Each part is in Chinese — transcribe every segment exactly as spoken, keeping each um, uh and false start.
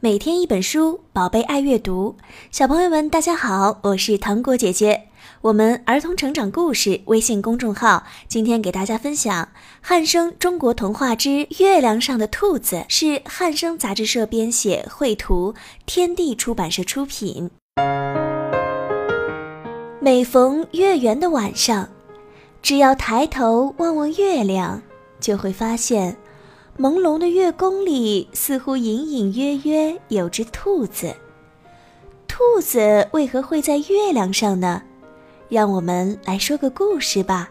每天一本书，宝贝爱阅读。小朋友们大家好，我是糖果姐姐。我们儿童成长故事微信公众号今天给大家分享汉生中国童话之月亮上的兔子，是汉生杂志社编写，绘图，天地出版社出品。每逢月圆的晚上，只要抬头望望月亮，就会发现朦胧的月宫里似乎隐隐约约有只兔子。兔子为何会在月亮上呢？让我们来说个故事吧。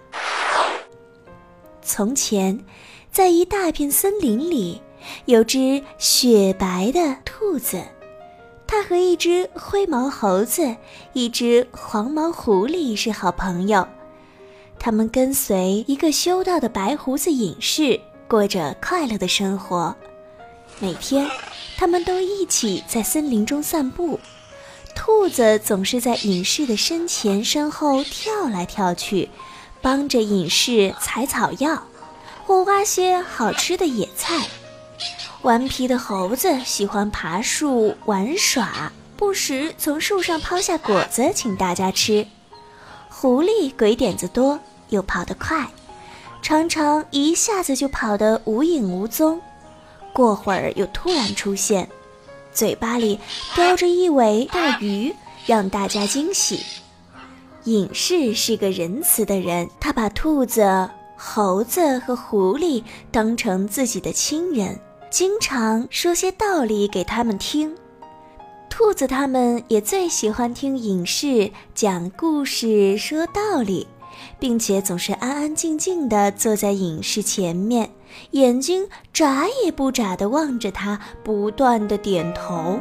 从前，在一大片森林里，有只雪白的兔子，它和一只灰毛猴子、一只黄毛狐狸是好朋友。他们跟随一个修道的白胡子隐士，过着快乐的生活。每天他们都一起在森林中散步，兔子总是在隐士的身前身后跳来跳去，帮着隐士采草药或挖些好吃的野菜。顽皮的猴子喜欢爬树玩耍，不时从树上抛下果子请大家吃。狐狸鬼点子多，又跑得快，常常一下子就跑得无影无踪，过会儿又突然出现，嘴巴里叼着一尾大鱼，让大家惊喜。隐士是个仁慈的人，他把兔子、猴子和狐狸当成自己的亲人，经常说些道理给他们听。兔子他们也最喜欢听隐士讲故事说道理，并且总是安安静静地坐在隐士前面，眼睛眨也不眨地望着他，不断地点头。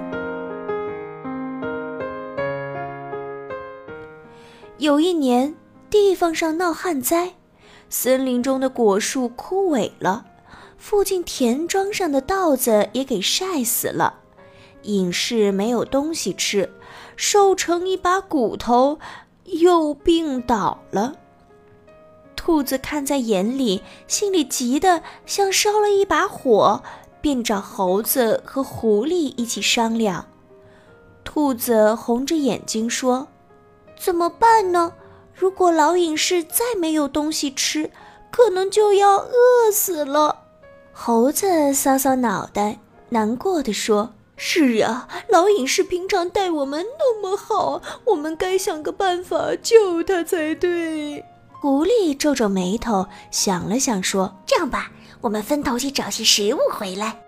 有一年，地方上闹旱灾，森林中的果树枯萎了，附近田庄上的稻子也给晒死了。隐士没有东西吃，瘦成一把骨头，又病倒了。兔子看在眼里，心里急得像烧了一把火，便找猴子和狐狸一起商量。兔子红着眼睛说：怎么办呢？如果老隐士再没有东西吃，可能就要饿死了。猴子搔搔脑袋，难过地说：是啊，老隐士平常待我们那么好，我们该想个办法救他才对。狐狸皱皱眉头，想了想说：这样吧，我们分头去找些食物回来。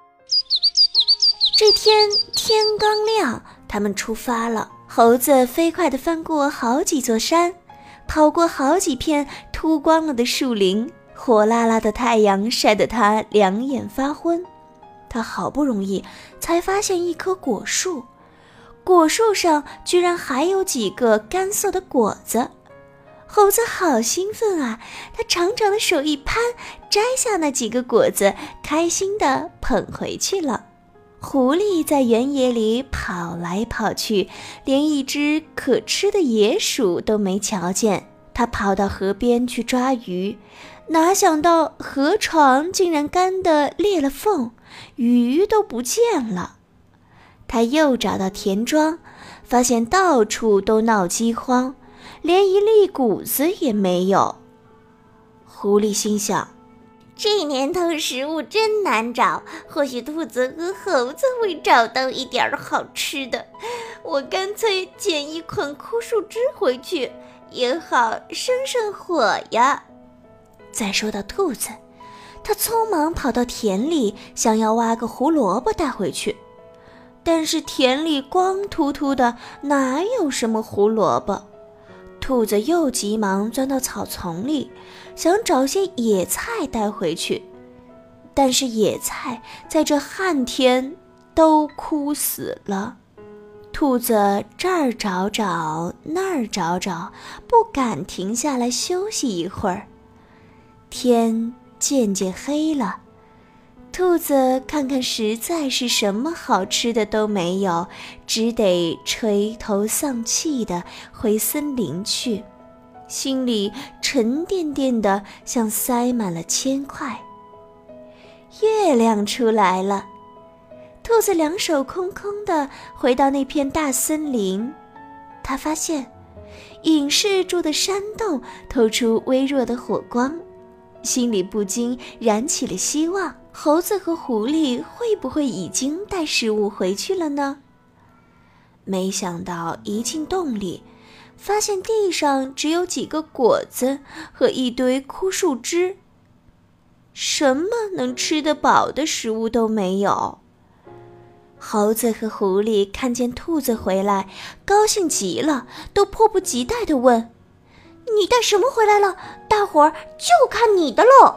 这天天刚亮，他们出发了。猴子飞快地翻过好几座山，跑过好几片秃光了的树林，火辣辣的太阳晒得他两眼发昏。他好不容易才发现一棵果树，果树上居然还有几个干涩的果子。猴子好兴奋啊，他长长的手一攀，摘下那几个果子，开心地捧回去了。狐狸在原野里跑来跑去，连一只可吃的野鼠都没瞧见。他跑到河边去抓鱼，哪想到河床竟然干得裂了缝，鱼都不见了。他又找到田庄，发现到处都闹饥荒，连一粒谷子也没有。狐狸心想，这年头食物真难找，或许兔子和猴子会找到一点好吃的，我干脆捡一捆枯树枝回去，也好生生火呀。再说到兔子，他匆忙跑到田里，想要挖个胡萝卜带回去，但是田里光秃秃的，哪有什么胡萝卜？兔子又急忙钻到草丛里，想找些野菜带回去，但是野菜在这旱天都枯死了。兔子这儿找找，那儿找找，不敢停下来休息一会儿。天渐渐黑了，兔子看看实在是什么好吃的都没有，只得垂头丧气地回森林去，心里沉甸甸的，像塞满了铅块。月亮出来了， 兔子两手空空地回到那片大森林，他发现隐士住的山洞透出微弱的火光，心里不禁燃起了希望。猴子和狐狸会不会已经带食物回去了呢？没想到一进洞里，发现地上只有几个果子和一堆枯树枝，什么能吃得饱的食物都没有。猴子和狐狸看见兔子回来，高兴极了，都迫不及待地问：你带什么回来了？大伙儿就看你的喽。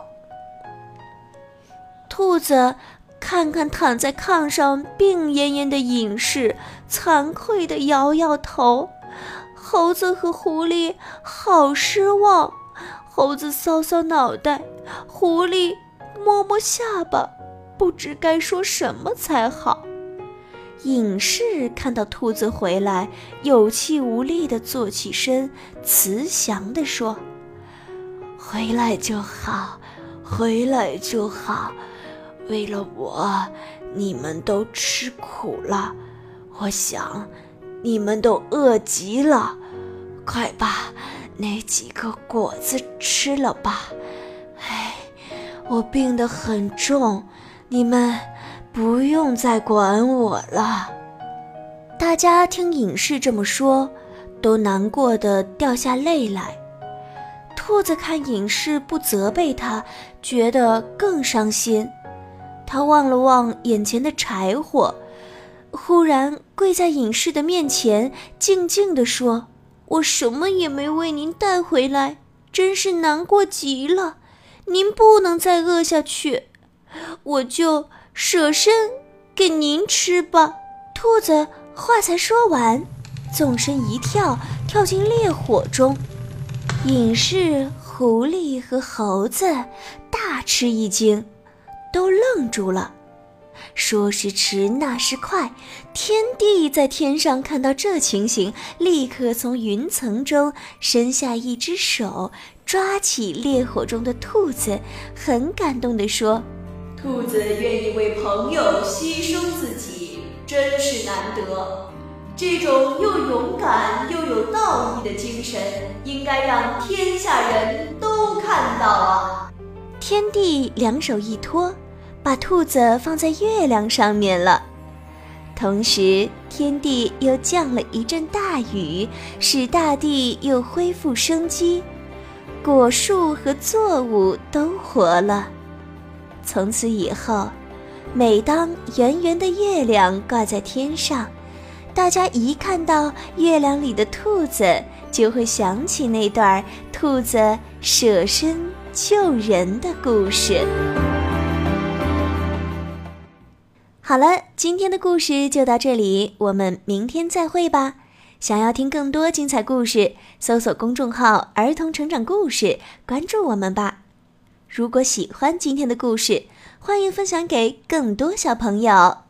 兔子看看躺在炕上病恹恹的隐士，惭愧地摇摇头。猴子和狐狸好失望，猴子搔搔脑袋，狐狸摸摸下巴，不知该说什么才好。隐士看到兔子回来，有气无力地坐起身，慈祥地说：回来就好，回来就好，为了我，你们都吃苦了，我想你们都饿极了，快把那几个果子吃了吧。哎，我病得很重，你们不用再管我了。大家听隐士这么说，都难过地掉下泪来。兔子看隐士不责备他，觉得更伤心。他望了望眼前的柴火，忽然跪在隐士的面前，静静地说：我什么也没为您带回来，真是难过极了，您不能再饿下去，我就舍身给您吃吧。兔子话才说完，纵身一跳，跳进烈火中。隐士、狐狸和猴子大吃一惊，都愣住了。说时迟，那时快，天帝在天上看到这情形，立刻从云层中伸下一只手，抓起烈火中的兔子，很感动地说： 兔子愿意为朋友牺牲自己，真是难得。这种又勇敢又有道义的精神，应该让天下人都看到啊！ 天帝两手一托，把兔子放在月亮上面了。同时，天帝又降了一阵大雨，使大地又恢复生机，果树和作物都活了。从此以后，每当圆圆的月亮挂在天上，大家一看到月亮里的兔子，就会想起那段兔子舍身救人的故事。好了，今天的故事就到这里，我们明天再会吧。想要听更多精彩故事，搜索公众号儿童成长故事，关注我们吧。如果喜欢今天的故事，欢迎分享给更多小朋友。